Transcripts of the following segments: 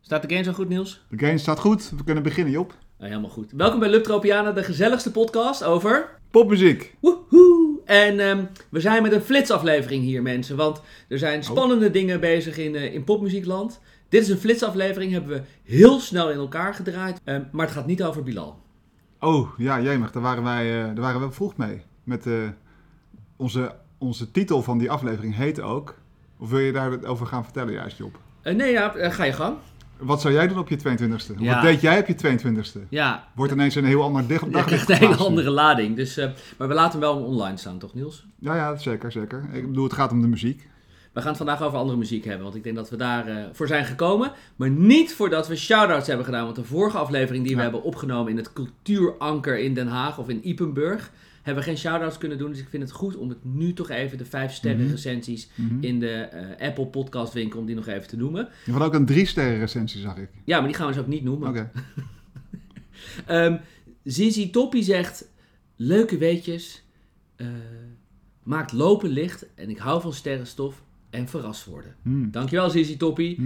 Staat de game zo goed, Niels? De game staat goed. We kunnen beginnen, Job. Helemaal goed. Welkom bij Lubtropiana, de gezelligste podcast over... popmuziek. Woehoe! En we zijn met een flitsaflevering hier, mensen. Want er zijn spannende dingen bezig in popmuziekland. Dit is een flitsaflevering, hebben we heel snel in elkaar gedraaid. Maar het gaat niet over Bilal. Oh, ja, jemig. Daar waren we vroeg mee. Met onze titel van die aflevering heet ook... Of wil je daarover gaan vertellen juist, Job? Ga je gang. Wat zou jij doen op je 22e? Ja. Wat deed jij op je 22e? Ja. Wordt ineens een heel ander dag. Je krijgt een hele andere lading. Dus, maar we laten hem wel online staan, toch Niels? Ja, zeker. Ik bedoel, het gaat om de muziek. We gaan het vandaag over andere muziek hebben, want ik denk dat we daar voor zijn gekomen. Maar niet voordat we shout-outs hebben gedaan. Want de vorige aflevering die we hebben opgenomen in het Cultuuranker in Den Haag of in Ypenburg... hebben we geen shout-outs kunnen doen. Dus ik vind het goed om het nu toch even de 5-sterren recensies in de Apple podcast winkel, om die nog even te noemen. Je had ook een 3-sterren recensie, zag ik. Ja, maar die gaan we dus ook niet noemen. Oké. Zizi Toppie zegt, leuke weetjes, maakt lopen licht en ik hou van sterrenstof en verrast worden. Dankjewel Zizi Toppie.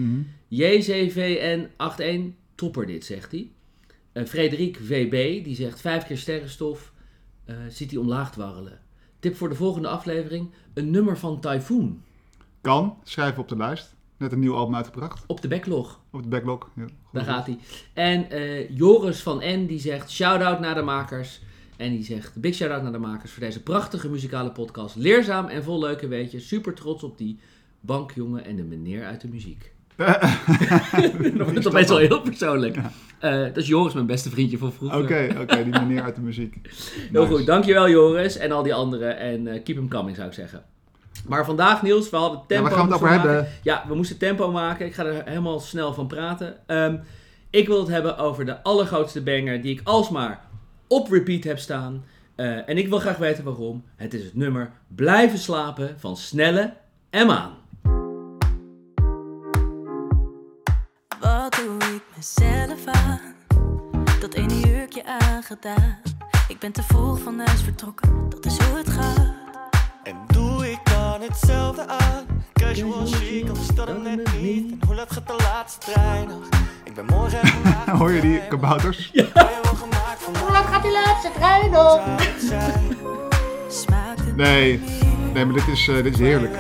JCVN81, topper dit, zegt hij. Frederik VB, die zegt 5 keer sterrenstof. Ziet hij omlaag dwarrelen. Tip voor de volgende aflevering. Een nummer van Typhoon. Kan. Schrijf op de lijst. Net een nieuw album uitgebracht. Op de backlog. Op de backlog. Ja, daar gaat hij. En Joris van N. die zegt shout-out naar de makers. En die zegt big shout-out naar de makers voor deze prachtige muzikale podcast. Leerzaam en vol leuke weetjes. Super trots op die bankjongen en de meneer uit de muziek. Dat wordt toch best wel heel persoonlijk. Ja. Dat is Joris, mijn beste vriendje van vroeger. Oké, die meneer uit de muziek. Heel goed, dankjewel Joris en al die anderen. En keep hem coming, zou ik zeggen. Maar vandaag, Niels, we hadden tempo. Ja, we gaan het over hebben. Ja, we moesten tempo maken. Ik ga er helemaal snel van praten. Ik wil het hebben over de allergrootste banger die ik alsmaar op repeat heb staan. En ik wil graag weten waarom. Het is het nummer Blijven slapen van Snelle en Maan. Wat doe ik mezelf aan? Dat ene jurkje aangedaan. Ik ben te vroeg van huis vertrokken, dat is hoe het gaat. En doe ik dan hetzelfde aan? Casual chic, anders is dat hem net niet. En hoe laat gaat de laatste trein nog? Ik ben morgen en vandaag. Hoor je die kabouters? Ja. Hoe laat gaat die laatste trein nog? Nee, maar dit is heerlijk.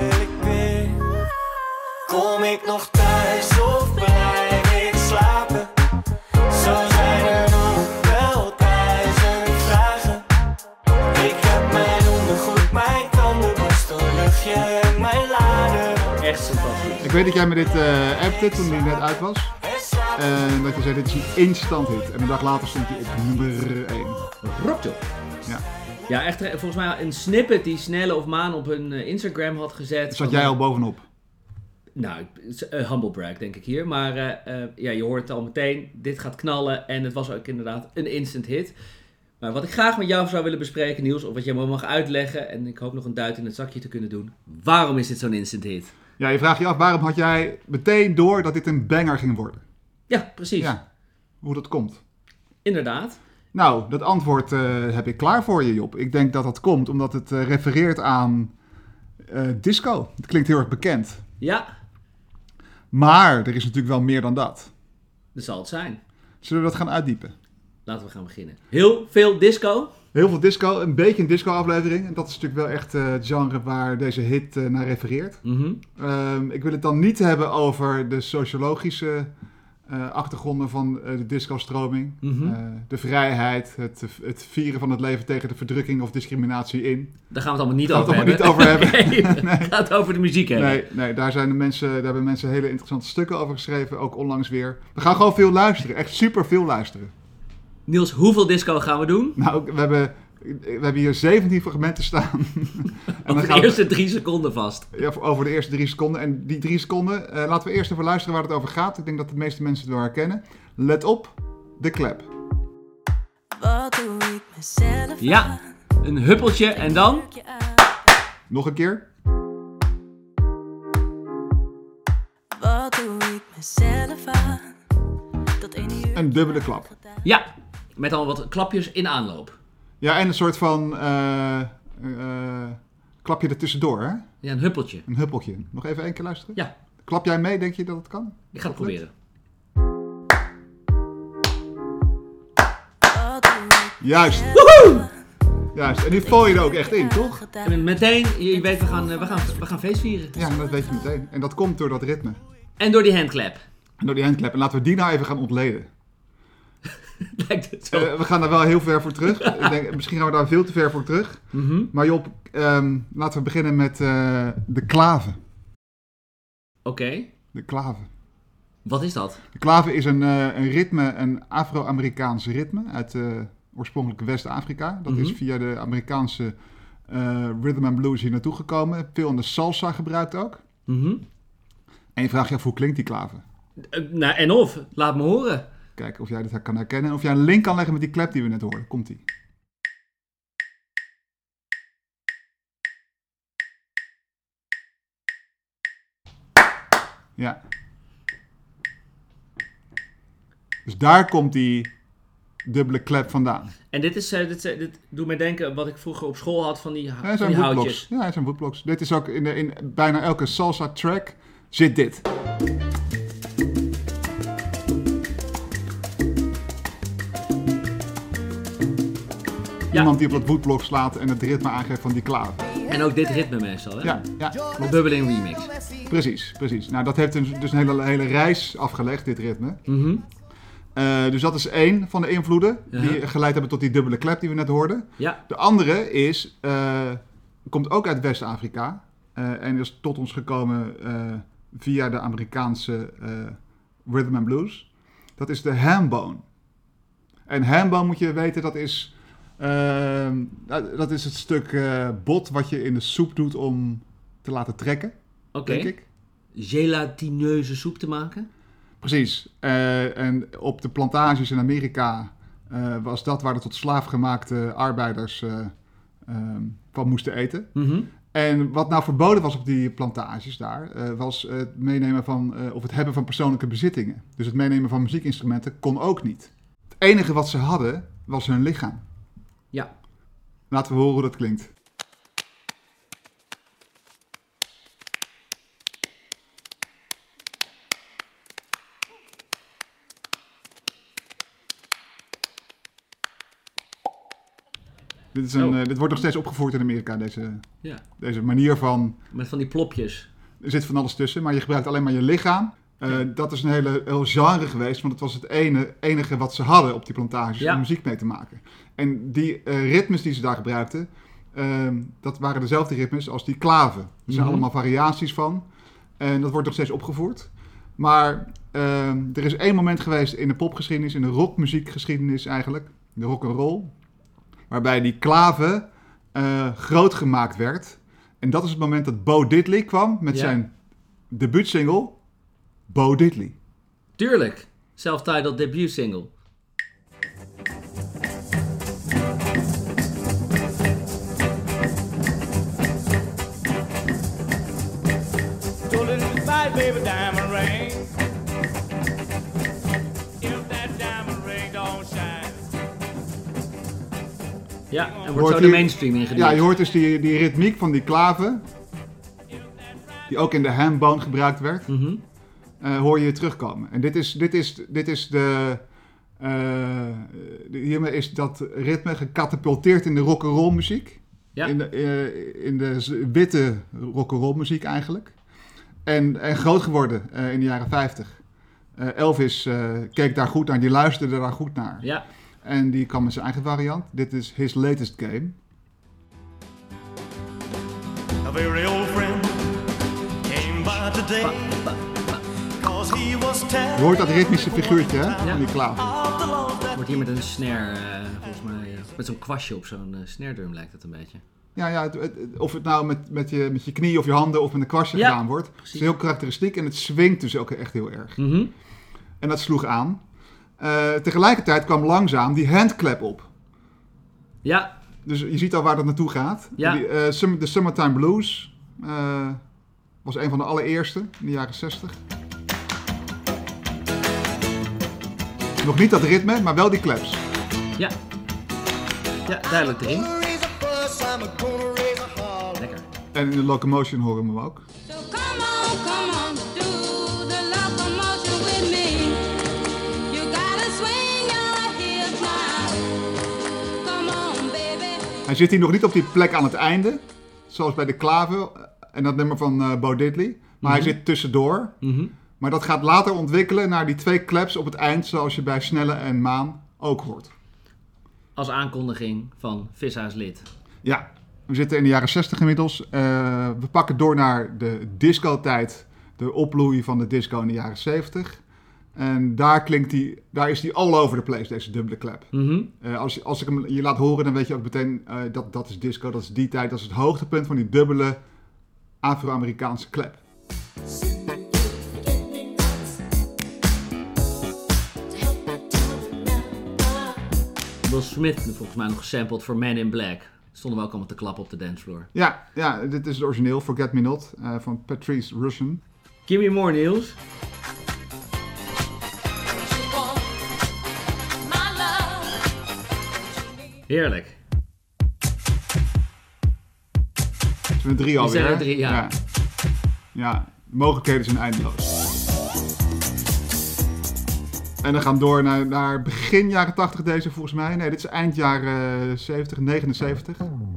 Kom ik nog thuis of blijf ik slapen? Zo zijn er nog wel 1000 vragen. Ik heb mijn ondergoed, mijn tandenborstel, luchtje en mijn lader. Echt fantastisch. Ik weet dat jij me dit appte toen die net uit was. En dat je zei, dit is een instant hit. En een dag later stond hij op nummer 1. Rotjoh. Ja. Ja, echt volgens mij een snippet die Snelle of Maan op hun Instagram had gezet. Zat jij al bovenop? Nou, humble brag denk ik hier. Maar je hoort het al meteen. Dit gaat knallen. En het was ook inderdaad een instant hit. Maar wat ik graag met jou zou willen bespreken, Niels, of wat jij me mag uitleggen, en ik hoop nog een duit in het zakje te kunnen doen. Waarom is dit zo'n instant hit? Ja, je vraagt je af, waarom had jij meteen door dat dit een banger ging worden? Ja, precies. Ja, hoe dat komt. Inderdaad. Nou, dat antwoord heb ik klaar voor je, Job. Ik denk dat dat komt omdat het refereert aan disco. Het klinkt heel erg bekend. Ja. Maar er is natuurlijk wel meer dan dat. Dat zal het zijn. Zullen we dat gaan uitdiepen? Laten we gaan beginnen. Heel veel disco. Heel veel disco, een beetje een disco-aflevering. En dat is natuurlijk wel echt het genre waar deze hit naar refereert. Ik wil het dan niet hebben over de sociologische achtergronden van de disco-stroming. De vrijheid, het vieren van het leven tegen de verdrukking of discriminatie in. Daar gaan we het allemaal niet over hebben. Nee, het gaat over de muziek hebben. Nee, daar hebben mensen hele interessante stukken over geschreven, ook onlangs weer. We gaan gewoon veel luisteren, echt super veel luisteren. Niels, hoeveel disco gaan we doen? Nou, we hebben hier 17 fragmenten staan. En over de eerste 3 seconden vast. Ja, over de eerste 3 seconden. En die 3 seconden, laten we eerst even luisteren waar het over gaat. Ik denk dat de meeste mensen het wel herkennen. Let op, de klep. Wat doe ik mezelf Ja, een huppeltje en dan? Nog een keer. Wat doe ik mezelf aan? Dat ene jurkje Een dubbele klap. Ja, met al wat klapjes in aanloop. Ja, en een soort van klapje er tussendoor, hè? Ja, een huppeltje. Een huppeltje. Nog even 1 keer luisteren? Ja. Klap jij mee, denk je dat het kan? Ik ga het proberen. Juist. Juist. En nu val je er ook echt in, toch? En meteen, je weet, we gaan feest vieren. Ja, dat weet je meteen. En dat komt door dat ritme. En door die handclap. En door die handclap. En laten we die nou even gaan ontleden. Lijkt het zo. We gaan daar wel heel ver voor terug. Ik denk, misschien gaan we daar veel te ver voor terug. Maar Job, laten we beginnen met de klave. Oké. De klave. Wat is dat? De klave is een ritme, een Afro-Amerikaans ritme uit oorspronkelijk West-Afrika. Dat is via de Amerikaanse rhythm and blues hier naartoe gekomen. Veel in de salsa gebruikt ook. En je vraagt je af, hoe klinkt die klave? Nou, en of? Laat me horen. Kijken of jij dit kan herkennen. En of jij een link kan leggen met die klep die we net hoorden. Komt-ie. Ja. Dus daar komt die dubbele klep vandaan. En dit doet mij denken wat ik vroeger op school had van die, Ja, van die houtjes. Ja, het zijn woodblocks. Dit is ook in bijna elke salsa track zit dit. Ja. Iemand die op dat woodblock slaat en het ritme aangeeft van die klave. En ook dit ritme meestal, hè? Ja, ja. Een bubbeling remix. Precies. Nou, dat heeft dus een hele reis afgelegd, dit ritme. Dus dat is één van de invloeden die geleid hebben tot die dubbele klep die we net hoorden. Ja. De andere komt ook uit West-Afrika en is tot ons gekomen via de Amerikaanse rhythm and blues. Dat is de hambone. En hambone moet je weten, dat is het stuk bot wat je in de soep doet om te laten trekken. Oké. Denk ik. Gelatineuze soep te maken? Precies. En op de plantages in Amerika was dat waar de tot slaafgemaakte arbeiders van moesten eten. En wat nou verboden was op die plantages daar, was het meenemen van, of het hebben van persoonlijke bezittingen. Dus het meenemen van muziekinstrumenten kon ook niet. Het enige wat ze hadden, was hun lichaam. Ja. Laten we horen hoe dat klinkt. Dit wordt nog steeds opgevoerd in Amerika, deze manier van... Met van die plopjes. Er zit van alles tussen, maar je gebruikt alleen maar je lichaam. Dat is een heel genre geweest, want het was het enige wat ze hadden op die plantages om muziek mee te maken. En die ritmes die ze daar gebruikten, dat waren dezelfde ritmes als die klaven. Er zijn allemaal variaties van. En dat wordt nog steeds opgevoerd. Maar er is één moment geweest in de popgeschiedenis, in de rockmuziekgeschiedenis eigenlijk, de rock'n'roll, waarbij die klave groot gemaakt werd. En dat is het moment dat Bo Diddley kwam met zijn debuutsingle, Bo Diddley. Tuurlijk. Self-titled debut single. Baby diamond ring. If that diamond ring don't shine. Ja, en wordt zo de mainstream ingediend. Ja, je hoort dus die ritmiek van die klaven, die ook in de hambone gebruikt werd, hoor je terugkomen. En hiermee is dat ritme gecatapulteerd in de rock'n'roll muziek. Ja. In de witte rock'n'roll muziek eigenlijk. En groot geworden in de jaren 50. Elvis keek daar goed naar, die luisterde daar goed naar. Ja. En die kwam met zijn eigen variant. Dit is His Latest Game. A very old friend came by today. Je hoort dat ritmische figuurtje, hè? Van die klaver. Wordt hier met een snare, volgens mij, met zo'n kwastje op zo'n snare drum lijkt het een beetje. Ja, of het nou met je knie of je handen of met een kwastje gedaan wordt. Het is heel karakteristiek en het swingt dus ook echt heel erg. En dat sloeg aan. Tegelijkertijd kwam langzaam die handclap op. Ja. Dus je ziet al waar dat naartoe gaat. Ja. De Summertime Blues was een van de allereerste in de jaren 60. Nog niet dat ritme, maar wel die claps. Ja. Ja, duidelijk erin. Lekker. En in de Locomotion horen we hem ook. So come on, do the locomotion with me. You gotta swing your hips now. Hij zit hier nog niet op die plek aan het einde, zoals bij de Clave en dat nummer van Bo Diddley. Maar hij zit tussendoor. Maar dat gaat later ontwikkelen naar die 2 claps op het eind, zoals je bij Snelle en Maan ook hoort. Als aankondiging van Vishuis Lid. Ja, we zitten in de jaren 60 inmiddels. We pakken door naar de disco-tijd, de opbloei van de disco in de jaren 70. En daar is die all over the place, deze dubbele clap. Als ik hem je laat horen, dan weet je ook meteen dat is disco, dat is die tijd. Dat is het hoogtepunt van die dubbele Afro-Amerikaanse clap. Will Smith volgens mij nog gesampled voor Man in Black. Stonden we ook allemaal te klappen op de dancefloor. Ja, dit is het origineel, Forget Me Not, van Patrice Rushen. Give me more, Niels. Heerlijk. Het zijn er 3 alweer. zijn er 3, ja. Ja, de mogelijkheden zijn eindeloos. En dan gaan we door naar begin jaren 80 deze volgens mij. Nee, dit is eind jaren 70, 79.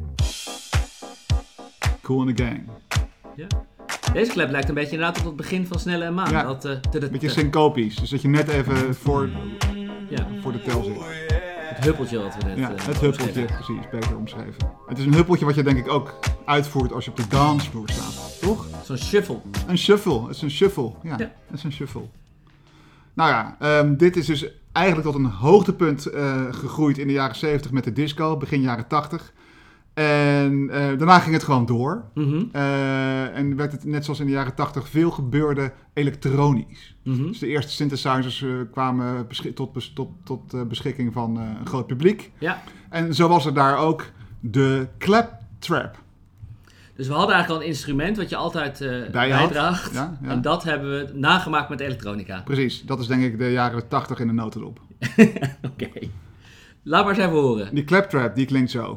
Cool in the Gang. Ja. Deze clap lijkt een beetje inderdaad op het begin van Snelle en Maan. Ja, een beetje syncopisch. Dus dat je net even voor de tel zit. Het huppeltje wat we net het huppeltje, precies, beter omschreven. Het is een huppeltje wat je denk ik ook uitvoert als je op de dancevloer staat, toch? Zo'n shuffle. Een shuffle, het is een shuffle. Ja, het is een shuffle. Nou ja, dit is dus eigenlijk tot een hoogtepunt gegroeid in de jaren 70 met de disco, begin jaren 80. En daarna ging het gewoon door. En werd het net zoals in de jaren 80 veel gebeurde elektronisch. Dus de eerste synthesizers kwamen tot beschikking van een groot publiek. Ja. En zo was er daar ook de claptrap. Dus we hadden eigenlijk al een instrument wat je altijd bijdraagt. Ja. En dat hebben we nagemaakt met elektronica. Precies, dat is denk ik de jaren 80 in de notendop. Oké. Laat maar eens even horen. Die claptrap, die klinkt zo.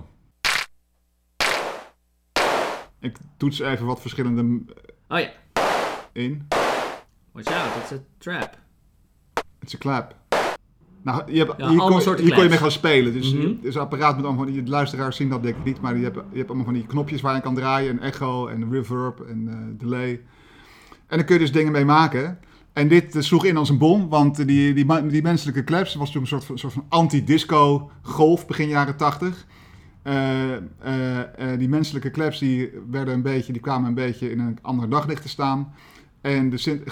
Ik toets even wat verschillende in. Watch out, it's a trap. Het is een clap. Nou, hier kon je mee gaan spelen. Dus het is een apparaat met allemaal van die luisteraars zien dat denk ik niet. Maar je hebt allemaal van die knopjes waar je kan draaien. En echo en reverb en delay. En daar kun je dus dingen mee maken. En dit sloeg in als een bom. Want die menselijke claps was toen een soort van anti-disco golf begin jaren 80. Die menselijke claps die kwamen een beetje in een ander daglicht te staan. En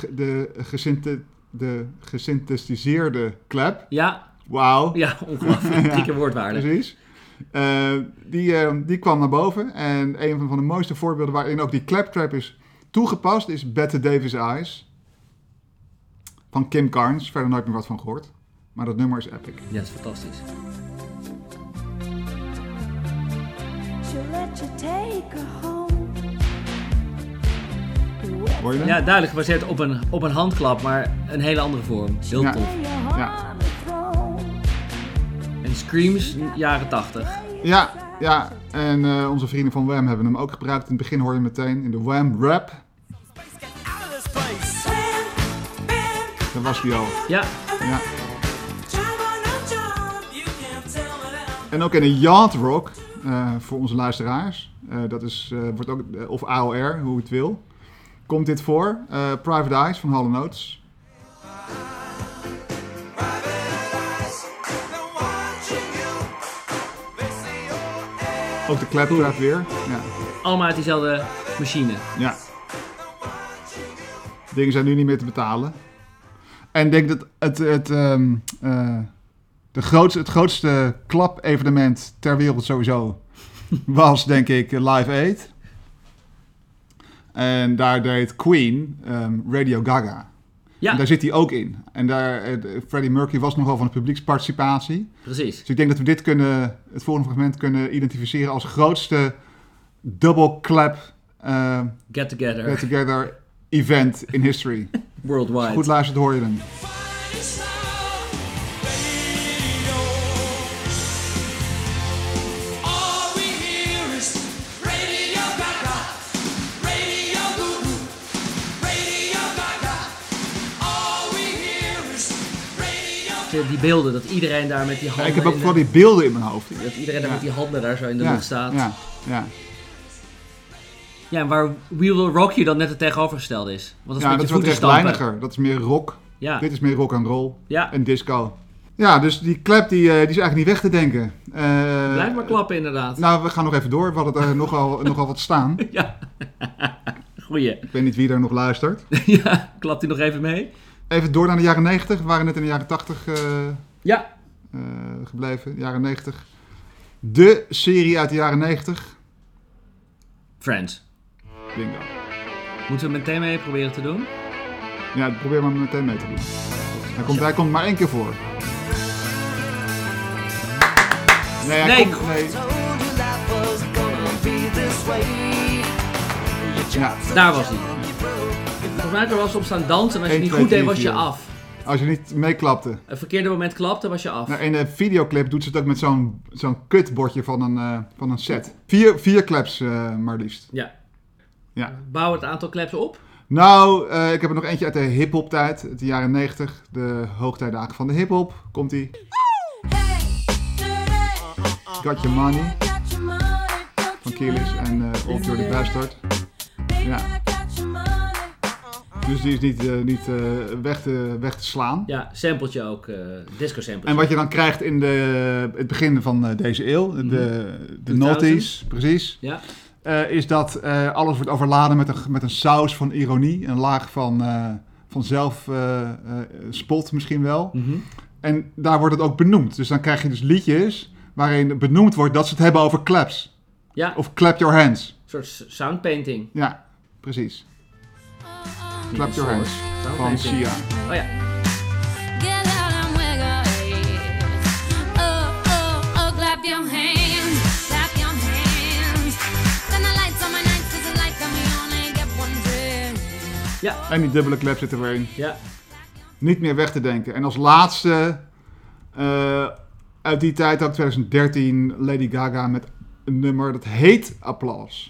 de gesynthetiseerde clap. Ja. Wauw. Ja, ongelooflijk. 3 keer woordwaarde. Precies. Die kwam naar boven. En een van de mooiste voorbeelden waarin ook die claptrap is toegepast is Bette Davis Eyes. Van Kim Carnes. Verder nooit meer wat van gehoord. Maar dat nummer is epic. Ja, dat is fantastisch. Hoor je dat? Ja, duidelijk gebaseerd op een handklap, maar een hele andere vorm. Heel tof. Ja. En screams, jaren 80. Ja. En onze vrienden van Wham hebben hem ook gebruikt. In het begin hoor je meteen in de Wham rap. Daar was die al. Ja. En ook in de yacht rock, voor onze luisteraars. Dat wordt ook, of AOR, hoe je het wil. Komt dit voor. Private Eyes van Hall & Oates. Ook de claptrap weer. Ja. Allemaal uit diezelfde machine. Ja. Dingen zijn nu niet meer te betalen. En ik denk dat het grootste klap-evenement ter wereld sowieso was, denk ik, Live Aid. En daar deed Queen Radio Gaga. Ja. En daar zit hij ook in. En Freddie Mercury was nogal van de publieksparticipatie. Precies. Dus ik denk dat we het volgende fragment kunnen identificeren als grootste double clap Get together event in history. Worldwide. Als je goed luistert hoor je hem. Die beelden, dat iedereen daar met die handen... Ja, ik heb ook vooral die beelden in mijn hoofd. Dat iedereen daar met die handen daar zo in de lucht staat. Ja, en waar We Will Rock You dan net het tegenovergestelde is. Want dat is wat rechtlijniger. Dat is meer rock. Ja. Dit is meer rock and roll en disco. Ja, dus die klep die is eigenlijk niet weg te denken. Blijf maar klappen inderdaad. Nou, we gaan nog even door. We hadden er nogal wat staan. Ja, goeie. Ik weet niet wie er nog luistert. Ja, klapt hij nog even mee? Even door naar de jaren 90. We waren net in de jaren 80 gebleven. Jaren 90. De serie uit de jaren 90. Friends. Bingo. Moeten we meteen mee proberen te doen? Ja, probeer maar meteen mee te doen. Hij komt maar 1 keer voor. Nee. Ja. Daar was hij. Volgens mij er was op staan dansen en als je niet goed deed was je af. Als je niet meeklapte. Een verkeerde moment klapte was je af. Nou, in de videoclip doet ze het ook met zo'n kutbordje van een set. 4 claps maar liefst. Ja. Bouw het aantal claps op. Nou, ik heb er nog eentje uit de hip-hop tijd, uit de jaren 90, de hoogtijdagen van de hip-hop. Komt-ie. Got Your Money van Keyless en Old Dirty Bastard. Ja. Dus die is niet weg te slaan. Ja, sampletje ook, disco sampletje. En wat je dan krijgt in het begin van deze eeuw, de noughties, precies. Ja. Is dat alles wordt overladen met een saus van ironie. Een laag van zelfspot misschien wel. Mm-hmm. En daar wordt het ook benoemd. Dus dan krijg je dus liedjes waarin benoemd wordt dat ze het hebben over claps. Ja. Of clap your hands. Een soort soundpainting. Ja, precies. Clap your hands van Sia. Oh ja. Ja. En die dubbele clap zit er weer in. Ja. Niet meer weg te denken. En als laatste, uit die tijd ook 2013, Lady Gaga met een nummer dat heet Applaus.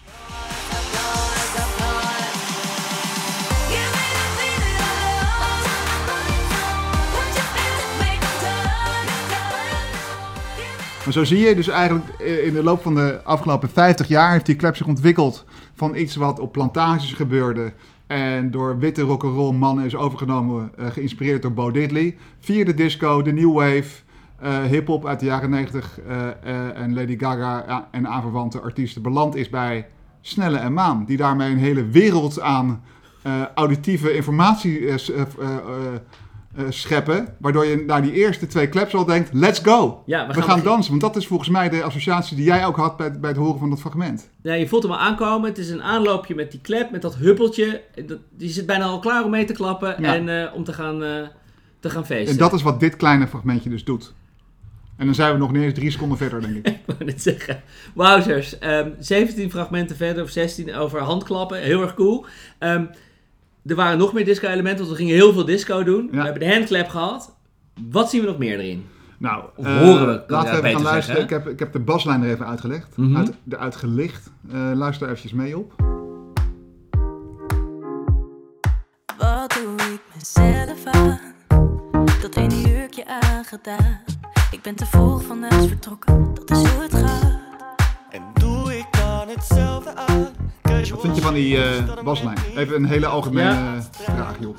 Maar zo zie je dus eigenlijk in de loop van de afgelopen 50 jaar heeft die clap zich ontwikkeld van iets wat op plantages gebeurde en door witte rock'n'roll mannen is overgenomen, geïnspireerd door Bo Diddley. Via de disco, de new wave, hip-hop uit de jaren 90 en Lady Gaga en aanverwante artiesten beland is bij Snelle en Maan. Die daarmee een hele wereld aan auditieve informatie scheppen, waardoor je naar die eerste 2 claps al denkt, let's go! Ja, we gaan dansen, want dat is volgens mij de associatie die jij ook had bij het horen van dat fragment. Ja, je voelt hem al aankomen, het is een aanloopje met die clap, met dat huppeltje, die zit bijna al klaar om mee te klappen en om te gaan feesten. En dat is wat dit kleine fragmentje dus doet. En dan zijn we nog niet eens 3 seconden verder, denk ik. Ik wou net zeggen. Wowzers, 17 fragmenten verder, of 16 over handklappen, heel erg cool. Er waren nog meer disco-elementen, want we gingen heel veel disco doen. Ja. We hebben de handclap gehad. Wat zien we nog meer erin? Nou, of horen we? Laten we even gaan luisteren. Ik heb de baslijn er even uitgelegd. Mm-hmm. Uitgelicht. Luister eventjes mee op. Wat doe ik mezelf aan? Dat ene jurkje aangedaan. Ik ben te vroeg van huis vertrokken, dat is hoe het gaat. En doe ik dan hetzelfde aan? Wat vind je van die baslijn? Even een hele algemene vraag, joh.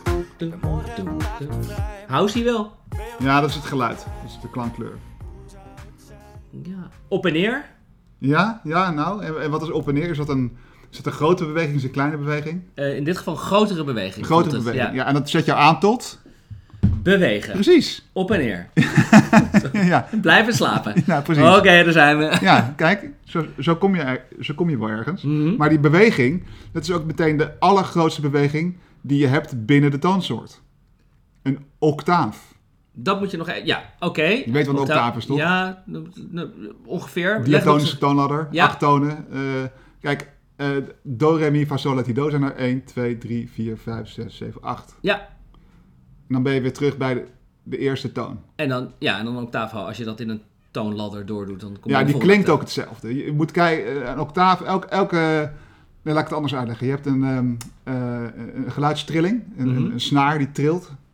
House wel? Ja, dat is het geluid. Dat is de klankkleur. Ja. Op en neer? Ja, nou. En wat is op en neer? Is dat een grote beweging? Is het een kleine beweging? In dit geval een grotere beweging. Grotere beweging, ja. En dat zet jou aan tot? Bewegen. Precies. Op en neer. Ja. Blijven slapen. Ja, precies. Oké, daar zijn we. Ja, kijk, zo kom je wel ergens. Mm-hmm. Maar die beweging, dat is ook meteen de allergrootste beweging die je hebt binnen de toonsoort. Een octaaf. Dat moet je nog... Ja, oké. Je weet wat een octaaf is, toch? Ja, ongeveer. Diatonische toonladder, ja. 8 tonen. Kijk, do, re, mi, fa, sol, la, ti, do zijn er 1, 2, 3, 4, 5, 6, 7, 8. Ja. En dan ben je weer terug bij de eerste toon. En dan een octaaf. Als je dat in een toonladder doordoet, dan kom je... Ja, die klinkt ook hetzelfde. Je moet kijken, een octaaf, elke nee, laat ik het anders uitleggen. Je hebt een geluidstrilling, een snaar die trilt.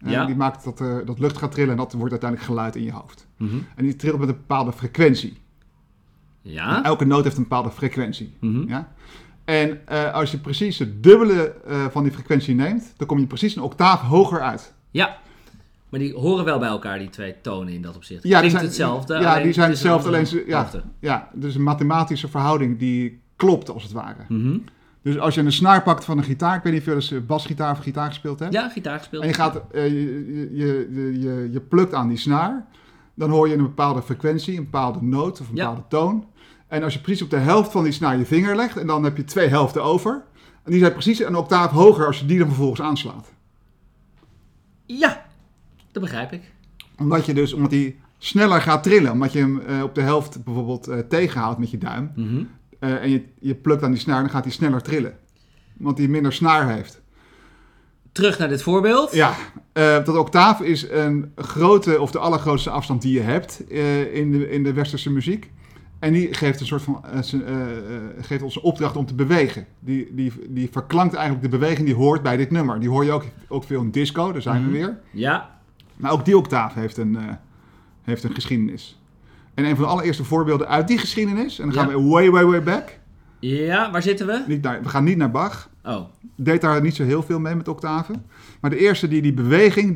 Ja. Die maakt dat lucht gaat trillen en dat wordt uiteindelijk geluid in je hoofd. Mhm. En die trilt met een bepaalde frequentie. Ja. Elke noot heeft een bepaalde frequentie. Mhm. Ja? En als je precies het dubbele van die frequentie neemt, dan kom je precies een octaaf hoger uit. Ja. Maar die horen wel bij elkaar, die twee tonen in dat opzicht. Ja, Klinkt die zijn hetzelfde. Ja, alleen die zijn het is een hetzelfde. andere hoogte. Ja, dus een mathematische verhouding die klopt als het ware. Mhm. Dus als je een snaar pakt van een gitaar, ik weet niet of je wel eens basgitaar of gitaar gespeeld hebt. Ja, gitaar gespeeld. En je gaat, je plukt aan die snaar, dan hoor je een bepaalde frequentie, een bepaalde noot of een Ja. bepaalde toon. En als je precies op de helft van die snaar je vinger legt, en dan heb je 2 helften over. En die zijn precies een octaaf hoger als je die dan vervolgens aanslaat. Ja, dat begrijp ik. Omdat die sneller gaat trillen, omdat je hem op de helft bijvoorbeeld tegenhoudt met je duim. Mhm. En je plukt aan die snaar, dan gaat hij sneller trillen. Want hij minder snaar heeft. Terug naar dit voorbeeld. Ja, dat octaaf is een grote of de allergrootste afstand die je hebt in de westerse muziek. En die geeft een soort van geeft ons een opdracht om te bewegen. Die verklankt eigenlijk de beweging die hoort bij dit nummer. Die hoor je ook veel in disco, daar zijn we weer. Ja. Maar ook die octaaf heeft een geschiedenis. En een van de allereerste voorbeelden uit die geschiedenis, en dan gaan we way back. Ja, waar zitten we? We gaan niet naar Bach. Oh. Deed daar niet zo heel veel mee met octaven. Maar de eerste die beweging,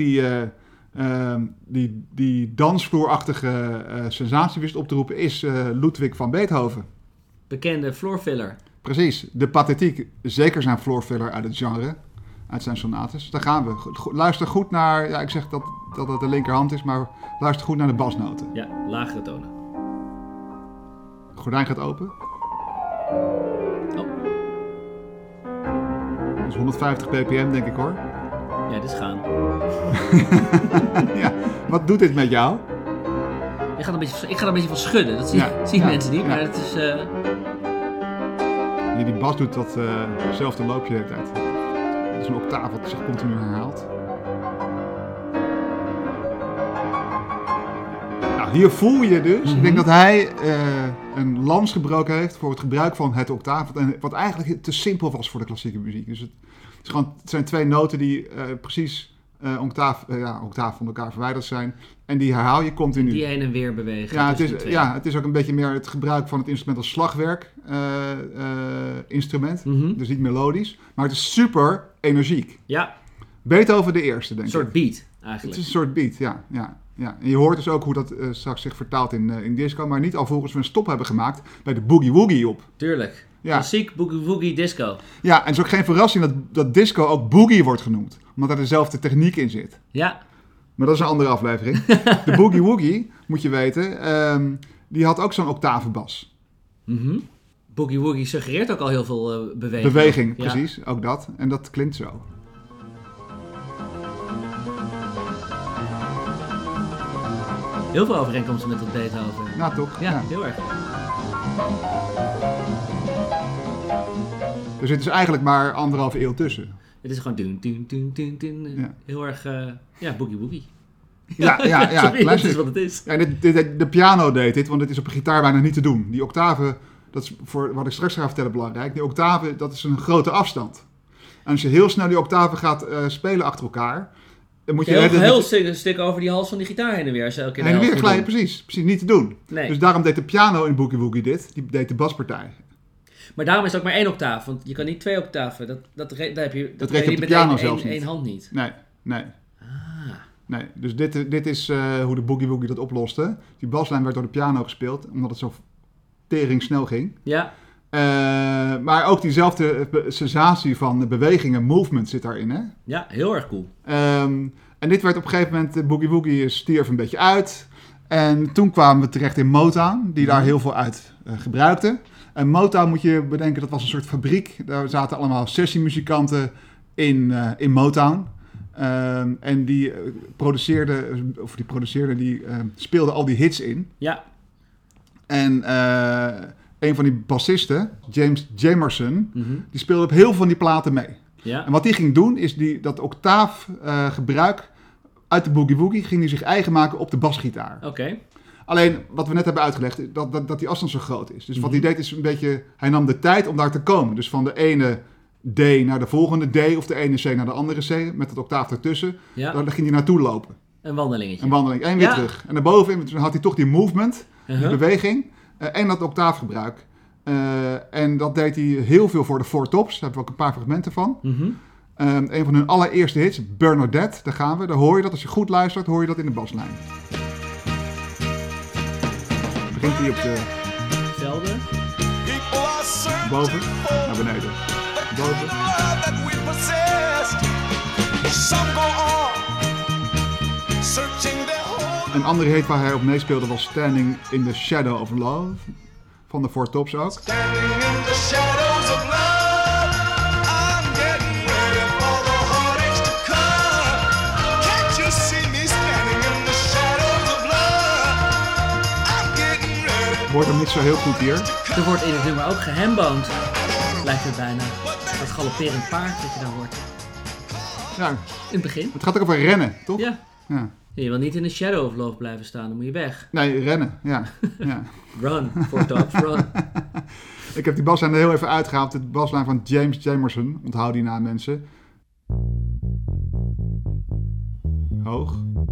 die dansvloerachtige sensatie wist op te roepen, is Ludwig van Beethoven. Bekende floorfiller. Precies, de pathetiek, zeker zijn floorfiller uit het genre, uit zijn sonates. Daar gaan we. Luister goed naar, ja, ik zeg dat het de linkerhand is, maar luister goed naar de basnoten. Ja, lagere tonen. Het gordijn gaat open. Oh. Dat is 150 ppm, denk ik hoor. Ja, dit is gaan. Ja, wat doet dit met jou? Ik ga er een beetje van schudden. Dat zien Ja, mensen niet, ja. maar het is... Die bas doet datzelfde loopje de hele tijd. Het is een octaaf wat zich continu herhaalt. Nou, hier voel je dus. Ik denk dat hij een lans gebroken heeft voor het gebruik van het octaaf. Wat eigenlijk te simpel was voor de klassieke muziek. Dus het zijn 2 noten die precies octaaf van elkaar verwijderd zijn. En die herhaal je continu. Die heen en weer bewegen. Ja, het is ook een beetje meer het gebruik van het instrument als slagwerk instrument. Mhm. Dus niet melodisch. Maar het is super energiek. Ja, Beethoven de eerste, denk een ik. soort beat Het eigenlijk. is een soort beat, ja. En je hoort dus ook hoe dat straks zich vertaalt in disco. Maar niet alvorens we een stop hebben gemaakt bij de boogie woogie op. Tuurlijk. Ja. Klassiek boogie woogie disco. Ja, en het is ook geen verrassing dat disco ook boogie wordt genoemd. Omdat er dezelfde techniek in zit. Ja. Maar dat is een andere aflevering. De boogie woogie, moet je weten, die had ook zo'n octavenbas. Mhm. Boogie woogie suggereert ook al heel veel beweging. Beweging, Ja. precies. Ook dat. En dat klinkt zo. Heel veel overeenkomsten met dat Beethoven. Nou, toch? Ja, heel erg. Er zit dus eigenlijk maar 1,5 eeuw tussen. Het is gewoon doen. Ja. Heel erg, boogie woogie. Ja, Sorry, dat classic. is wat het is. Ja, de piano deed dit, want het is op een gitaar bijna niet te doen. Die octaven, dat is voor wat ik straks ga vertellen belangrijk. Die octaven, dat is een grote afstand. En als je heel snel die octaven gaat spelen achter elkaar, dan moet je... Heel stuk over die hals van die gitaar heen en weer. Als je elke keer de heen en weer helft moet glijden, doen. precies niet te doen. Nee. Dus daarom deed de piano in Boogie Woogie dit, die deed de baspartij. Maar daarom is het ook maar 1 octaaf. Want je kan niet 2 octaven. Dat heb je Dat kan je reed op niet de met piano zelfs niet. één hand niet. Nee. Ah. Nee, dus dit is hoe de Boogie Woogie dat oploste. Die baslijn werd door de piano gespeeld, omdat het zo tering snel ging. Ja. Maar ook diezelfde sensatie van bewegingen, movement zit daarin. Hè? Ja, heel erg cool. En dit werd op een gegeven moment, de Boogie Woogie stierf een beetje uit. En toen kwamen we terecht in Motown, die daar heel veel uit gebruikte. En Motown, moet je bedenken, dat was een soort fabriek. Daar zaten allemaal sessiemuzikanten in Motown. En die speelden al die hits in. Ja. En een van die bassisten, James Jamerson, die speelde op heel veel van die platen mee. Ja. En wat hij ging doen, is dat octaafgebruik uit de Boogie Woogie ging hij zich eigen maken op de basgitaar. Oké. Alleen, wat we net hebben uitgelegd, dat die afstand zo groot is. Dus wat hij deed is een beetje, hij nam de tijd om daar te komen. Dus van de ene D naar de volgende D of de ene C naar de andere C met het octaaf ertussen. Ja. Daar ging hij naartoe lopen. Een wandelingetje. Een wandeling. En weer Ja. terug. En daarboven had hij toch die movement, die Uh-huh. beweging en dat octaafgebruik. En dat deed hij heel veel voor de Four Tops. Daar hebben we ook een paar fragmenten van. Mhm. Een van hun allereerste hits, Bernadette, daar gaan we. Daar hoor je dat, als je goed luistert, hoor je dat in de baslijn. Begint hij op de Hetzelfde. boven, naar beneden. Boven. Een andere hit waar hij op meespeelde was Standing in the Shadow of Love. Van de Four Tops ook. Hoort hem niet zo heel goed hier. Er wordt in het nummer ook gehamboned. Lijkt het bijna. Dat galopperend paard dat je daar hoort. Ja, In het begin. het gaat ook over rennen, toch? Ja. Ja. Je wil niet in de shadow of love blijven staan, dan moet je weg. Nee, rennen, ja. ja. Run, Four Tops, run. Ik heb die baslijn er heel even uitgehaald. De baslijn van James Jamerson. Onthoud die naam, mensen. Hoog.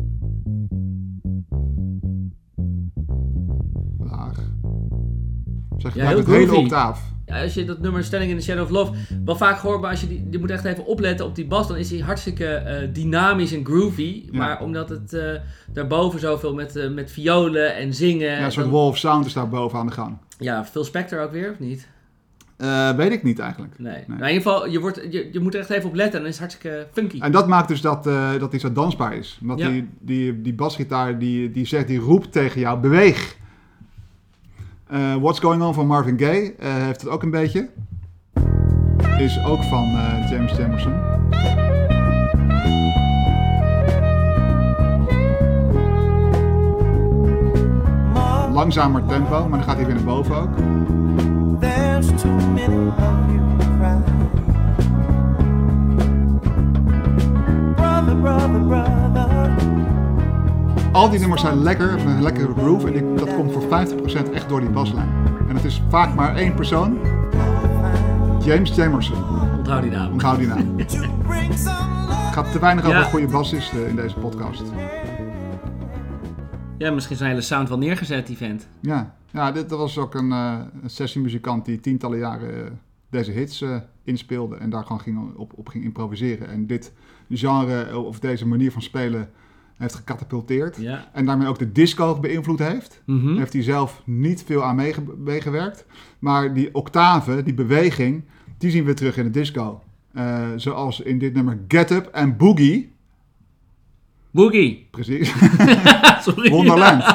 Laag. Zeg je Ja, ja, heel het hele groovy. octaaf. Ja, als je dat nummer Standing in the Shadow of Love wel vaak hoort, maar als je je moet echt even opletten op die bas, dan is hij hartstikke dynamisch en groovy. Ja. Maar omdat het daarboven zoveel met violen en zingen... Ja, een soort wall of sound is daar boven aan de gang. Ja, Phil Spector ook weer, of niet? Weet ik niet eigenlijk. Nee. Maar in ieder geval, je moet er echt even op letten en dan is het hartstikke funky. En dat maakt dus dat hij zo dansbaar is. Omdat Ja. die basgitaar die zegt, die roept tegen jou, beweeg. What's Going On van Marvin Gaye heeft het ook een beetje. Is ook van James Jamerson. Langzamer tempo, maar dan gaat hij weer naar boven ook. There's too many of you crying. Brother, brother, brother. Al die nummers zijn lekker, hebben een lekkere groove. En dat komt voor 50% echt door die baslijn. En het is vaak maar één persoon. James Jamerson. Onthoud die naam. Onthoud die naam. To bring some love. Het gaat te weinig over Ja. goede bassisten in deze podcast. Ja, misschien zijn hele sound wel neergezet, die vent. Ja, dit was ook een sessiemuzikant die tientallen jaren deze hits inspeelde. En daar gewoon op ging improviseren. En dit genre of deze manier van spelen heeft gecatapulteerd. Ja. En daarmee ook de disco beïnvloed heeft. Mhm. Daar heeft hij zelf niet veel aan meegewerkt. Maar die octaven, die beweging, die zien we terug in de disco. Zoals in dit nummer Get Up en Boogie. Boogie. Precies. Sorry. Wonderland.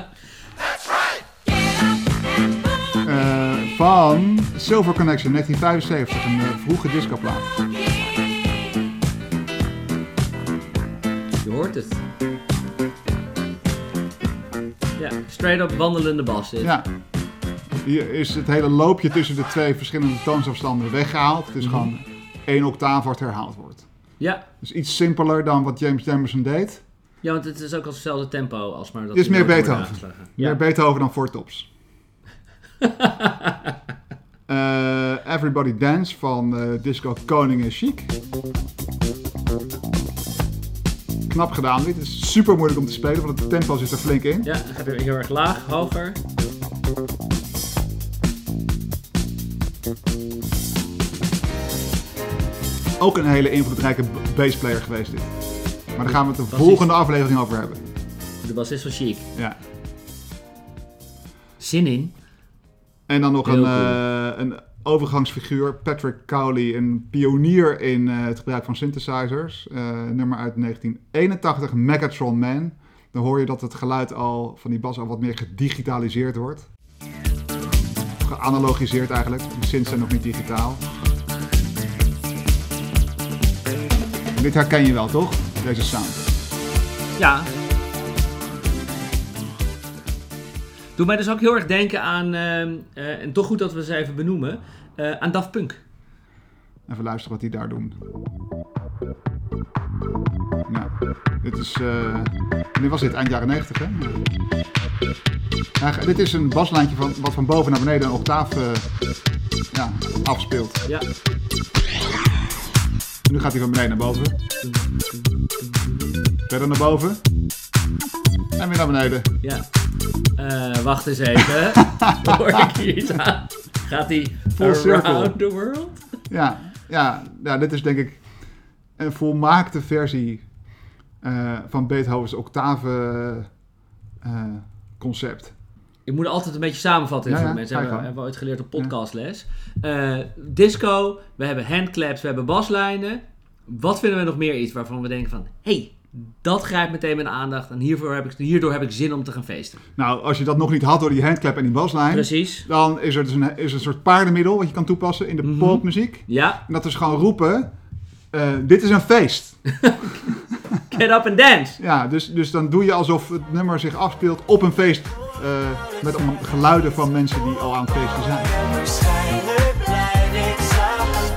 Van Silver Connection, 1975. Een vroege discoplaat. Je hoort het. Ja, straight up wandelende bas dit. Ja. Hier is het hele loopje tussen de twee verschillende toonsafstanden weggehaald. Het is gewoon één octaaf wat herhaald wordt. Ja. Dus iets simpeler dan wat James Jamerson deed. Ja, want het is ook als hetzelfde tempo als maar dat Het is die meer noten worden Beethoven. aangeslagen. Meer Ja. Beethoven dan Four Tops. Everybody Dance van Disco Koning en Chic. Knap gedaan dit. Het is super moeilijk om te spelen, want het tempo zit er flink in. Ja, dan gaat weer heel erg laag, hoger. Ook een hele invloedrijke bassplayer geweest dit. Maar daar gaan we het de Bassist. volgende aflevering over hebben. De bassist van Chic. Ja. Zin in. En dan nog Heel een overgangsfiguur, Patrick Cowley, een pionier in het gebruik van synthesizers. Nummer uit 1981, Megatron Man. Dan hoor je dat het geluid van die bas al wat meer gedigitaliseerd wordt. Geanalogiseerd eigenlijk. De synths zijn nog niet digitaal. En dit herken je wel, toch? Deze sound. Ja. Doet mij dus ook heel erg denken aan, en toch goed dat we ze even benoemen, aan Daft Punk. Even luisteren wat die daar doen. Nou, dit is... wanneer was dit? Eind jaren 90, hè? Ja, dit is een baslijntje wat van boven naar beneden een octaaf afspeelt. Ja. Nu gaat hij van beneden naar boven. Verder naar boven. En weer naar beneden. Ja. Wacht eens even. Hoor ik hier iets aan? Gaat hij Full circle. around the world? Ja, dit is denk ik een volmaakte versie van Beethovens octave concept. Ik moet altijd een beetje samenvatten voor de mensen. Hebben we ooit geleerd op podcastles. Disco, we hebben handclaps, we hebben baslijnen. Wat vinden we nog meer iets waarvan we denken van... Hey, dat grijpt meteen mijn aandacht en hierdoor heb ik zin om te gaan feesten. Nou, als je dat nog niet had door die handclap en die baslijn... Precies. Dan is er dus een soort paardenmiddel wat je kan toepassen in de popmuziek. Ja. En dat is gewoon roepen... dit is een feest. Get up and dance. Ja, dus dan doe je alsof het nummer zich afspeelt op een feest... met geluiden van mensen die al aan het feesten zijn. En waarschijnlijk blijf ik slapen.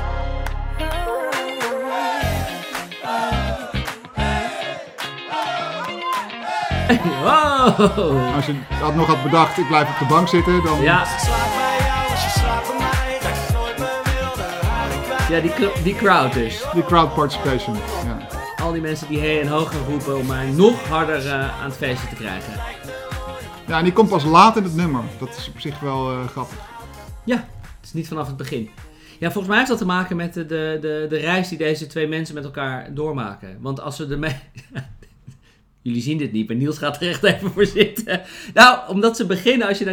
Wow. Als je dat nog had bedacht, ik blijf op de bank zitten, dan... Ja, Als ik slaap bij jou, als je slaapt bij mij, dat ik nooit meer wilde haren kwijt. ja die crowd dus. Die crowd participation, ja. Al die mensen die hey en hoog gaan roepen om mij nog harder aan het feesten te krijgen. Ja, en die komt pas laat in het nummer. Dat is op zich wel grappig. Ja, het is niet vanaf het begin. Ja, volgens mij heeft dat te maken met de reis die deze twee mensen met elkaar doormaken. Want als ze ermee... Jullie zien dit niet, maar Niels gaat er echt even voor zitten. Nou, omdat ze beginnen, als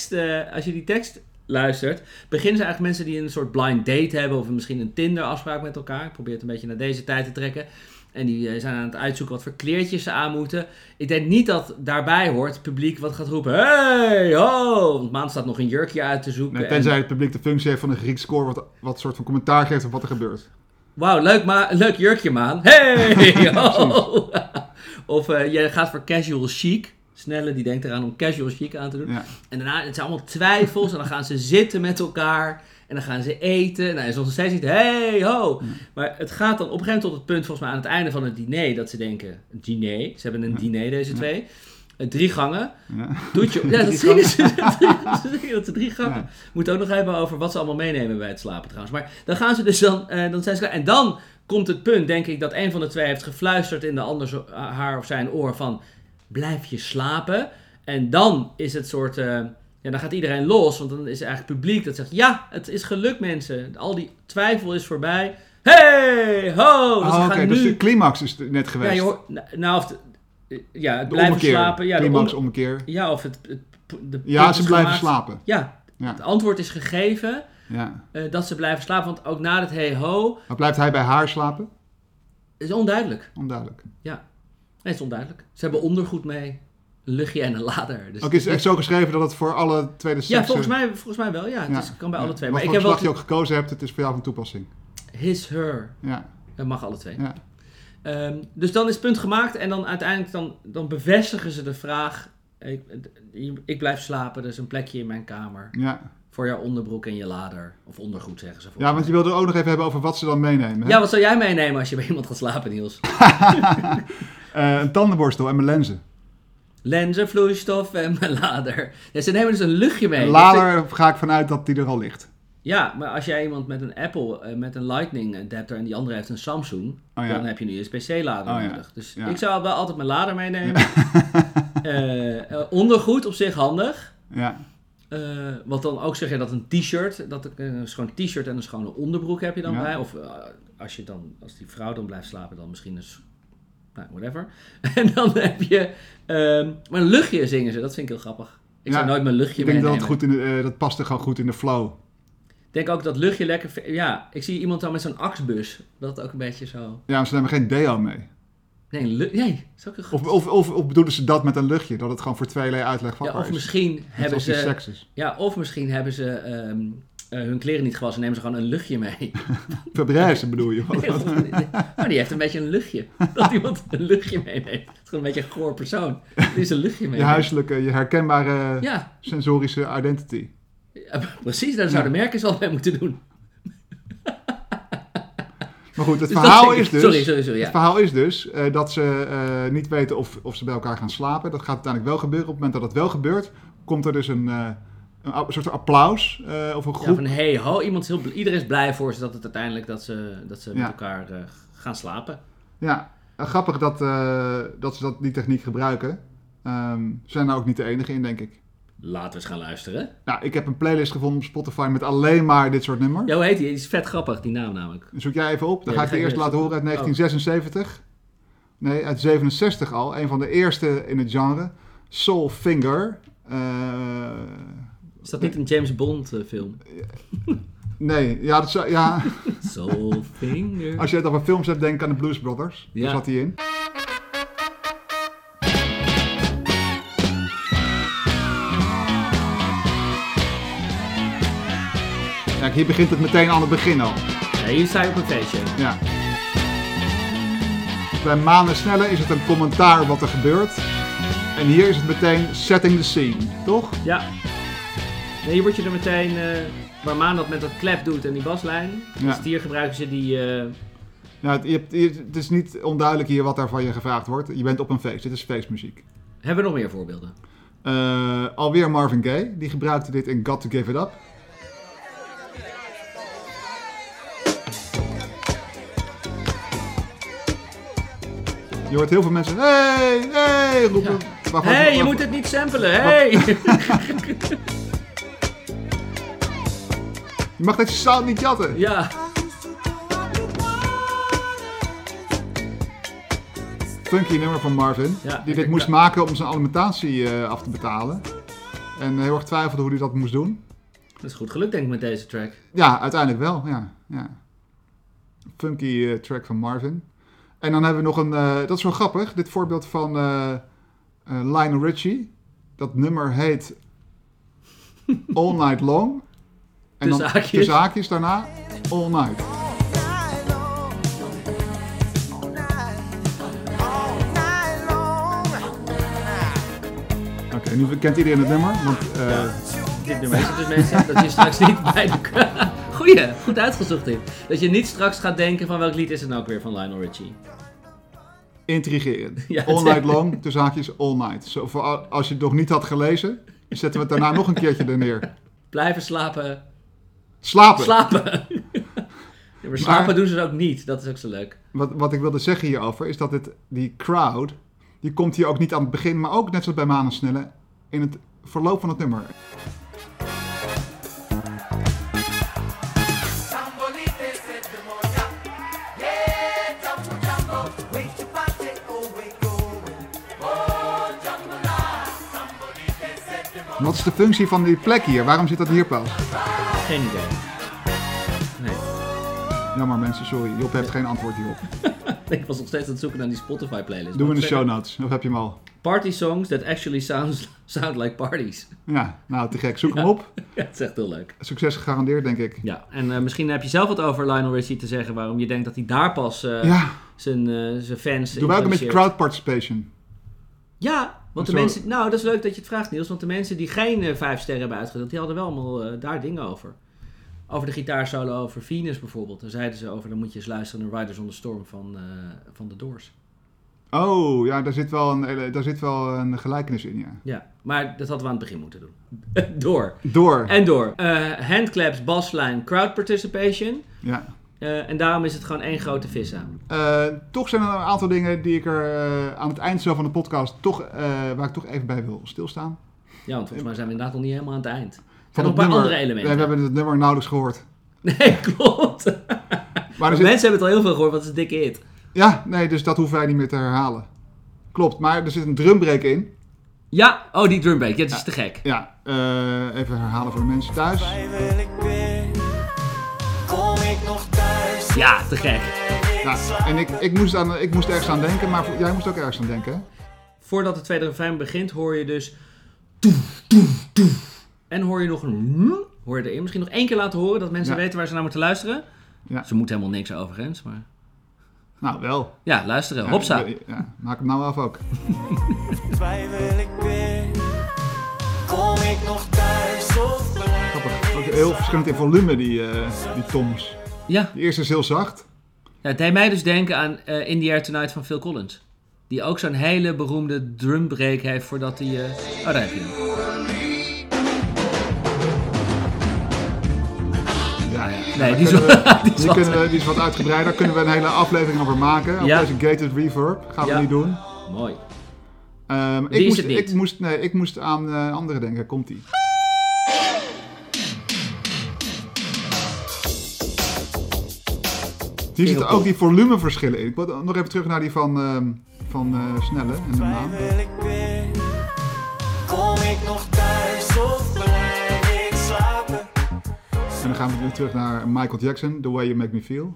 je die tekst luistert, beginnen ze eigenlijk mensen die een soort blind date hebben of misschien een Tinder-afspraak met elkaar. Ik probeer het een beetje naar deze tijd te trekken. En die zijn aan het uitzoeken wat voor kleertjes ze aan moeten. Ik denk niet dat daarbij hoort het publiek wat gaat roepen. Hey, ho! Want Maan staat nog een jurkje uit te zoeken. Nee, tenzij het publiek de functie heeft van een Grieks koor wat soort van commentaar geeft op wat er gebeurt. Wauw, leuk jurkje, Maan. Hey, ho! Of je gaat voor casual chic. Snelle die denkt eraan om casual chic aan te doen. Ja. En daarna, het zijn allemaal twijfels. En dan gaan ze zitten met elkaar. En dan gaan ze eten. Nou, en soms nog steeds niet, hey, ho. Maar het gaat dan op een gegeven moment tot het punt, volgens mij aan het einde van het diner, dat ze denken, diner. Ze hebben een diner, deze twee. 3 gangen. Ja. Doetje. Ja, dat zingen ze. Ze zeggen dat ze 3 gangen. Ja. Moeten ook nog hebben over wat ze allemaal meenemen bij het slapen trouwens. Maar dan gaan ze dus dan zijn ze klaar. En dan komt het punt, denk ik, dat een van de twee heeft gefluisterd in de ander haar of zijn oor van, blijf je slapen. En dan is het soort... ja, dan gaat iedereen los, want dan is er eigenlijk publiek dat zegt... Ja, het is gelukt, mensen. Al die twijfel is voorbij. Hey, ho! Dus Oké, dus de climax is net geweest. Ja, je hoort, nou, of het de blijven ommekeer. slapen. Ja, Climax ommekeer. Ja, of de Ja, punt ze is blijven gemaakt. slapen. Ja, Ja. het antwoord is gegeven Ja. dat ze blijven slapen. Want ook na het hey, ho, Maar blijft hij bij haar slapen? is onduidelijk. Onduidelijk. Ja, nee, het is onduidelijk. Ze hebben ondergoed mee. Een luchtje en een lader. Dus Ook is het echt zo geschreven dat het voor alle tweede seksen... ja, volgens mij wel. Ja, het kan bij alle twee. Wat Maar voor ik heb geslacht je ook gekozen hebt, het is voor jou van toepassing. his, her. Ja. Dat mag alle twee. Ja. Dus dan is het punt gemaakt en dan uiteindelijk dan bevestigen ze de vraag. Ik blijf slapen, er is een plekje in mijn kamer. Ja. Voor jouw onderbroek en je lader. Of ondergoed zeggen ze. Ja, want je wilde ook nog even hebben over wat ze dan meenemen. Hè? Ja, wat zou jij meenemen als je bij iemand gaat slapen, Niels? Een tandenborstel en mijn lenzen. Lenzen, vloeistof en mijn lader. Ja, ze nemen dus een luchtje mee. Een lader ga ik vanuit dat die er al ligt. Ja, maar als jij iemand met een Apple, met een Lightning adapter en die andere heeft een Samsung, Oh, ja. dan heb je nu een USB-C-lader Oh, ja. nodig. Dus Ja. ik zou wel altijd mijn lader meenemen. Ondergoed op zich handig. Ja. Wat dan ook zeg je dat een t-shirt, een schoon t-shirt en een schone onderbroek heb je dan Ja. bij. Of als die vrouw dan blijft slapen, dan misschien nou, whatever. En dan heb je, maar een luchtje zingen ze, dat vind ik heel grappig. Ik zou nooit mijn luchtje Ik denk dat meenemen. het goed dat past er gewoon goed in de flow. Ik denk ook dat luchtje lekker... Ja, ik zie iemand dan met zo'n axbus. Dat ook een beetje zo... Ja, maar ze nemen geen deo mee. Nee, dat is ook een goed... Of bedoelen ze dat met een luchtje? Dat het gewoon voor tweelei uitlegvatbaar Ja, of is? misschien hebben ze... seks is. Ja, of misschien hebben ze hun kleren niet gewassen en nemen ze gewoon een luchtje mee. Fabrice bedoel je? Maar die heeft een beetje een luchtje. Dat iemand een luchtje meeneemt. Het is gewoon een beetje een goor persoon. Die is een luchtje Je meeneemt. huiselijke, je herkenbare Ja. sensorische identity. Ja, precies, daar zouden merken eens wat mee moeten doen. Maar goed, het Dus verhaal dat is dus... Sorry, Het ja. verhaal is dus dat ze niet weten of ze bij elkaar gaan slapen. Dat gaat uiteindelijk wel gebeuren. Op het moment dat het wel gebeurt, komt er dus een een soort van applaus of een groep. Ja, van hey, ho, iedereen is blij voor ze dat het uiteindelijk dat ze met elkaar gaan slapen. Ja, grappig dat ze die techniek gebruiken. Ze zijn daar ook niet de enige in, denk ik. Laten we eens gaan luisteren. Nou, ik heb een playlist gevonden op Spotify met alleen maar dit soort nummers. Ja, hoe heet die? Die is vet grappig, die naam namelijk. Zoek jij even op. Dan Ja, ga ik je eerst laten horen uit 1976. Nee, uit 67 al. Een van de eerste in het genre. Soul Finger. Is dat niet een James Bond film? Nee, ja, dat zou, ja. Soul Finger. Als je het over films hebt, denk aan de Blues Brothers. Ja. Daar zat hij in. Kijk, hier begint het meteen aan het begin al. Ja, hier sta je op een feestje. Ja. Bij Manen Snelle is het een commentaar op wat er gebeurt. En hier is het meteen setting the scene, toch? Ja. Nee, hier word je er meteen... waar Maan dat met dat klep doet en die baslijn. Ja. Dus hier gebruiken ze die... Ja, het is niet onduidelijk hier wat daar van je gevraagd wordt. Je bent op een feest, dit is feestmuziek. Hebben we nog meer voorbeelden? Alweer Marvin Gaye, die gebruikte dit in Got to Give It Up. Je hoort heel veel mensen, hey, roepen. Ja. Hey, je moet het niet samplen, hey! Je mag deze sound niet jatten. Ja. Funky nummer van Marvin, Ja, die dit moest maken om zijn alimentatie af te betalen. En heel erg twijfelde hoe hij dat moest doen. Dat is goed gelukt, denk ik, met deze track. Ja, uiteindelijk wel, ja. Funky track van Marvin. En dan hebben we nog een, dat is wel grappig, dit voorbeeld van Lionel Richie. Dat nummer heet All Night Long. En dan tussen haakjes daarna All Night. Oké, nu kent iedereen het nummer, want... Dit nummer is het dus, mensen, dat je straks niet bij de... Goeie, goed uitgezocht dit. Dat je niet straks gaat denken van welk lied is het nou ook weer van Lionel Richie. Intrigerend. Ja, All Night Long, tussen haakjes All Night. Zo, voor als je het nog niet had gelezen, zetten we het daarna nog een keertje er neer. Blijven slapen. Slapen! Ja, maar slapen doen ze dus ook niet, dat is ook zo leuk. Wat ik wilde zeggen hierover, is dat die crowd, die komt hier ook niet aan het begin, maar ook net zoals bij Manen Snelle, in het verloop van het nummer. Wat is de functie van die plek hier? Waarom zit dat hier pas? Geen idee. Nee. Jammer mensen, sorry. Job heeft geen antwoord hierop. Ik was nog steeds aan het zoeken naar die Spotify playlist. Doen we in de show notes, of heb je hem al? Party songs that actually sound like parties. Ja, nou te gek. Zoek hem op. Ja, het is echt heel leuk. Succes gegarandeerd, denk ik. Ja, en misschien heb je zelf wat over Lionel Richie te zeggen, waarom je denkt dat hij daar pas zijn fans... Doe wij ook een beetje crowd participation. Ja, want de mensen... Nou, dat is leuk dat je het vraagt, Niels. Want de mensen die geen 5 sterren hebben uitgedeeld, die hadden wel allemaal daar dingen over. Over de gitaarsolo, over Venus bijvoorbeeld. Daar zeiden ze over, dan moet je eens luisteren naar Riders on the Storm van The Doors. Oh, ja, daar zit wel een gelijkenis in, ja. Ja, maar dat hadden we aan het begin moeten doen. Door. Handclaps, baslijn, crowd participation. Ja. En daarom is het gewoon één grote vissa. Toch zijn er een aantal dingen die ik er aan het eind zo van de podcast waar ik toch even bij wil stilstaan. Ja, want volgens mij zijn we inderdaad nog niet helemaal aan het eind. Er Van zijn nog een paar andere elementen. We hebben het nummer nauwelijks gehoord. Nee, klopt. Maar mensen hebben het al heel veel gehoord, want het is een dikke hit. Ja, nee, dus dat hoeven wij niet meer te herhalen. Klopt, maar er zit een drumbreak in. Ja, oh die drumbreak, ja, dat is te gek. Ja, even herhalen voor de mensen thuis. Kom ik nog thuis? Ja, te gek. Ja, en ik moest ergens aan denken, maar jij moest ook ergens aan denken, hè? Voordat de tweede refrein begint, hoor je dus... Toef, toef, toef. En hoor je nog een... Hoor je erin. Misschien nog 1 keer laten horen, dat mensen weten waar ze naar moeten luisteren. Ja. Ze moeten helemaal niks overigens, maar... Nou, wel. Ja, luisteren. Hopsa. Ja, maak hem nou af ook. Twijfel ik weer. Kom ik nog thuis of blijf? Grappig. Ook heel verschillend in volume, die toms. Ja. De eerste is heel zacht. Ja, het deed mij dus denken aan In the Air Tonight van Phil Collins. Die ook zo'n hele beroemde drumbreak heeft voordat hij... Oh, daar heb je hem. Nee, die is wat uitgebreider. Kunnen we een hele aflevering over maken. Op deze gated reverb. Gaan we niet doen. Mooi. Ik moest aan andere denken. Komt-ie. Hier zitten ook die volumeverschillen in. Ik wil nog even terug naar die van Snelle en de naam. Kom ik nog thuis of blijf ik slapen? En dan gaan we weer terug naar Michael Jackson, The Way You Make Me Feel.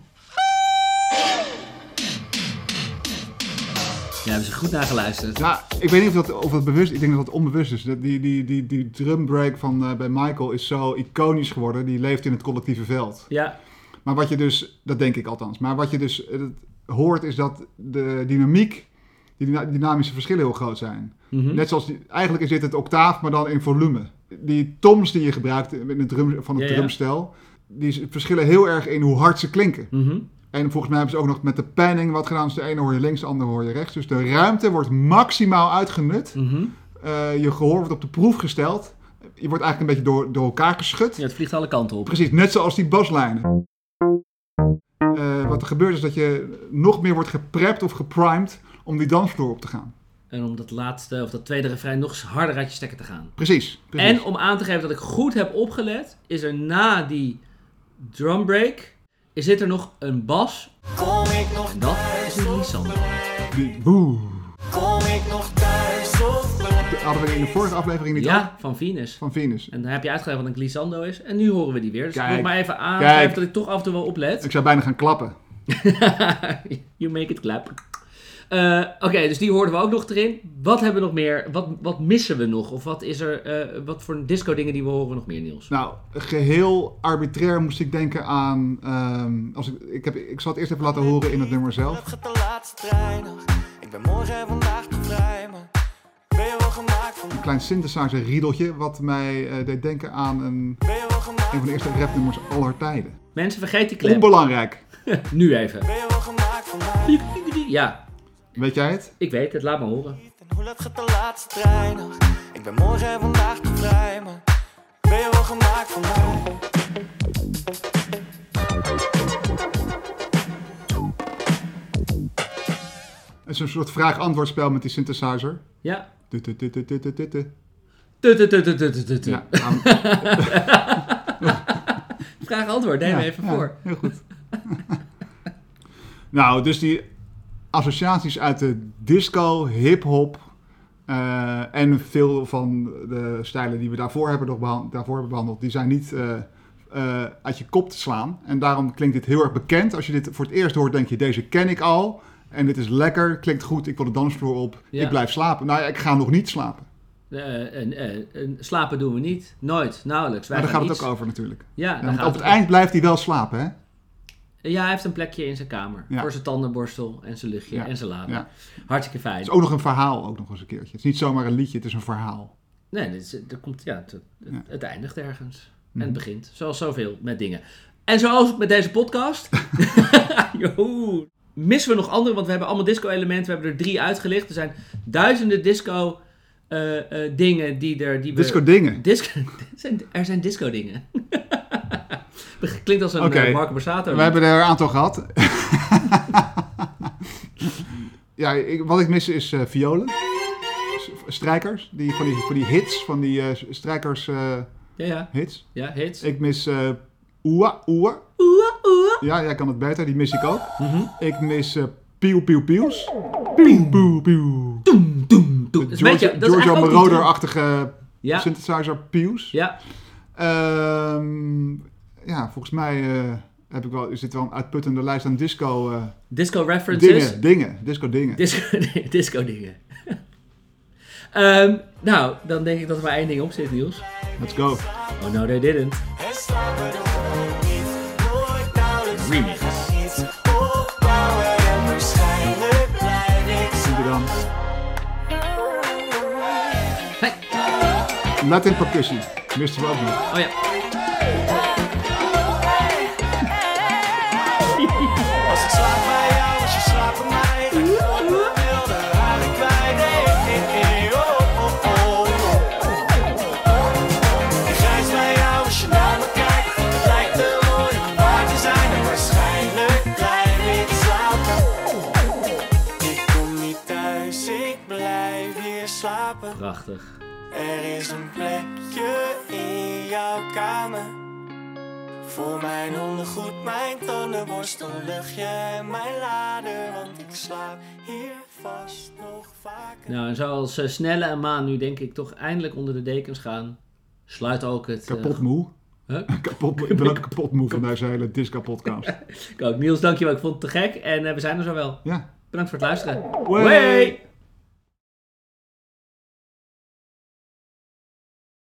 Ja, hebben ze goed naar geluisterd. Ja, ik weet niet of het bewust is. Ik denk dat het onbewust is. Die drumbreak van bij Michael is zo iconisch geworden. Die leeft in het collectieve veld. Ja. Maar wat je dus, dat denk ik althans, maar wat je dus hoort is dat de dynamiek, die dynamische verschillen heel groot zijn. Mm-hmm. Net zoals, eigenlijk is dit het octaaf, maar dan in volume. Die toms die je gebruikt in het drumstel, die verschillen heel erg in hoe hard ze klinken. Mm-hmm. En volgens mij hebben ze ook nog met de panning wat gedaan. Dus de ene hoor je links, de andere hoor je rechts. Dus de ruimte wordt maximaal uitgenut. Mm-hmm. Je gehoor wordt op de proef gesteld. Je wordt eigenlijk een beetje door elkaar geschud. Ja, het vliegt alle kanten op. Precies, net zoals die baslijnen. Wat er gebeurt is dat je nog meer wordt geprept of geprimed om die dansvloer op te gaan. En om dat laatste of dat tweede refrein nog eens harder uit je stekker te gaan. Precies. En om aan te geven dat ik goed heb opgelet, is er na die drumbreak, zit er nog een bas. Kom ik nog en dat is een glissando. Die boe. Kom ik nog thuis of blijf? Hadden we in de vorige aflevering niet Ja, van Venus. En dan heb je uitgelegd wat een glissando is. En nu horen we die weer. Dus ik moet maar even aangeven dat ik toch af en toe wel oplet. Ik zou bijna gaan klappen. You make it clap. Oké, dus die hoorden we ook nog erin. Wat hebben we nog meer? Wat missen we nog? Of wat is er? Wat voor disco dingen die we horen nog meer, Niels? Nou, geheel arbitrair moest ik denken aan... ik zal het eerst even laten horen in het nummer zelf. Het gaat de laatste trein nog. Ik ben morgen en vandaag te vrij, maar ben je wel gemaakt voor mij? Een klein synthesizer riedeltje wat mij deed denken aan een van de eerste rapnummers aller tijden. Mensen, vergeet die klep. Onbelangrijk. Nu even. Ben je wel gemaakt voor mij? Ja. Weet jij het? Ik weet het, laat me horen. En hoe laat gaat de laatste trein nog? Ik ben morgen en vandaag te vrij, maar ben je wel gemaakt voor mij? Het is een soort vraag-antwoordspel met die synthesizer. Ja. Ja. Vraag-antwoord, neem even voor. Heel goed. Nou, dus die associaties uit de disco, hip-hop en veel van de stijlen die we daarvoor hebben behandeld, die zijn niet uit je kop te slaan. En daarom klinkt dit heel erg bekend. Als je dit voor het eerst hoort, denk je, deze ken ik al. En dit is lekker, klinkt goed, ik wil de dansvloer op, ik blijf slapen. Nou ja, ik ga nog niet slapen. Slapen doen we niet. Nooit, nauwelijks. Maar daar gaat het ook over natuurlijk. Ja, want op het eind blijft hij wel slapen, hè? Ja, hij heeft een plekje in zijn kamer. Ja. Voor zijn tandenborstel en zijn luchtje en zijn lade. Ja. Hartstikke fijn. Het is ook nog een verhaal, ook nog eens een keertje. Het is niet zomaar een liedje, het is een verhaal. Nee, het eindigt ergens. En het begint, zoals zoveel met dingen. En zoals met deze podcast... missen we nog andere, want we hebben allemaal disco-elementen. We hebben er 3 uitgelicht. Er zijn duizenden disco... dingen Disco-dingen? Er zijn disco-dingen. Klinkt als een Marco Borsato. We hebben er een aantal gehad. Wat ik mis is violen. Strijkers. Van die hits. Van die strijkers hits. Ja, hits. Ik mis oeah. Ja, jij kan het beter. Die mis ik ook. Mm-hmm. Ik mis pieuw. Pieuw, pieuw, pieuw. Doem, doem, doem. Giorgio Moroder-achtige synthesizer pieuws. Ja. Volgens mij is dit wel een uitputtende lijst aan disco... disco references? Disco dingen. Disco dingen. Nou, dan denk ik dat er maar 1 ding op zit, Niels. Let's go. Oh no, they didn't. Remix. Hey. Latin percussie. Misten we ook nog. Oh ja. Als ik slaap bij jou, als je slaapt bij mij, wilde haar ik kwijt. Ik reis bij jou als je naar me kijkt. Het lijkt te mooi om waar Prachtig. Er is een plekje in jouw kamer voor mijn ondergoed, mijn tandenborstel, luchtje en mijn lader, want ik slaap hier vast nog vaker. Nou, en zoals Snelle en Maan nu denk ik toch eindelijk onder de dekens gaan, sluit ook het... Kapot moe. Huh? Ik ben ook kapot moe van deze hele Disco-podcast. Ik ook. Niels, dankjewel. Ik vond het te gek en we zijn er zo wel. Ja. Bedankt voor het luisteren. Way.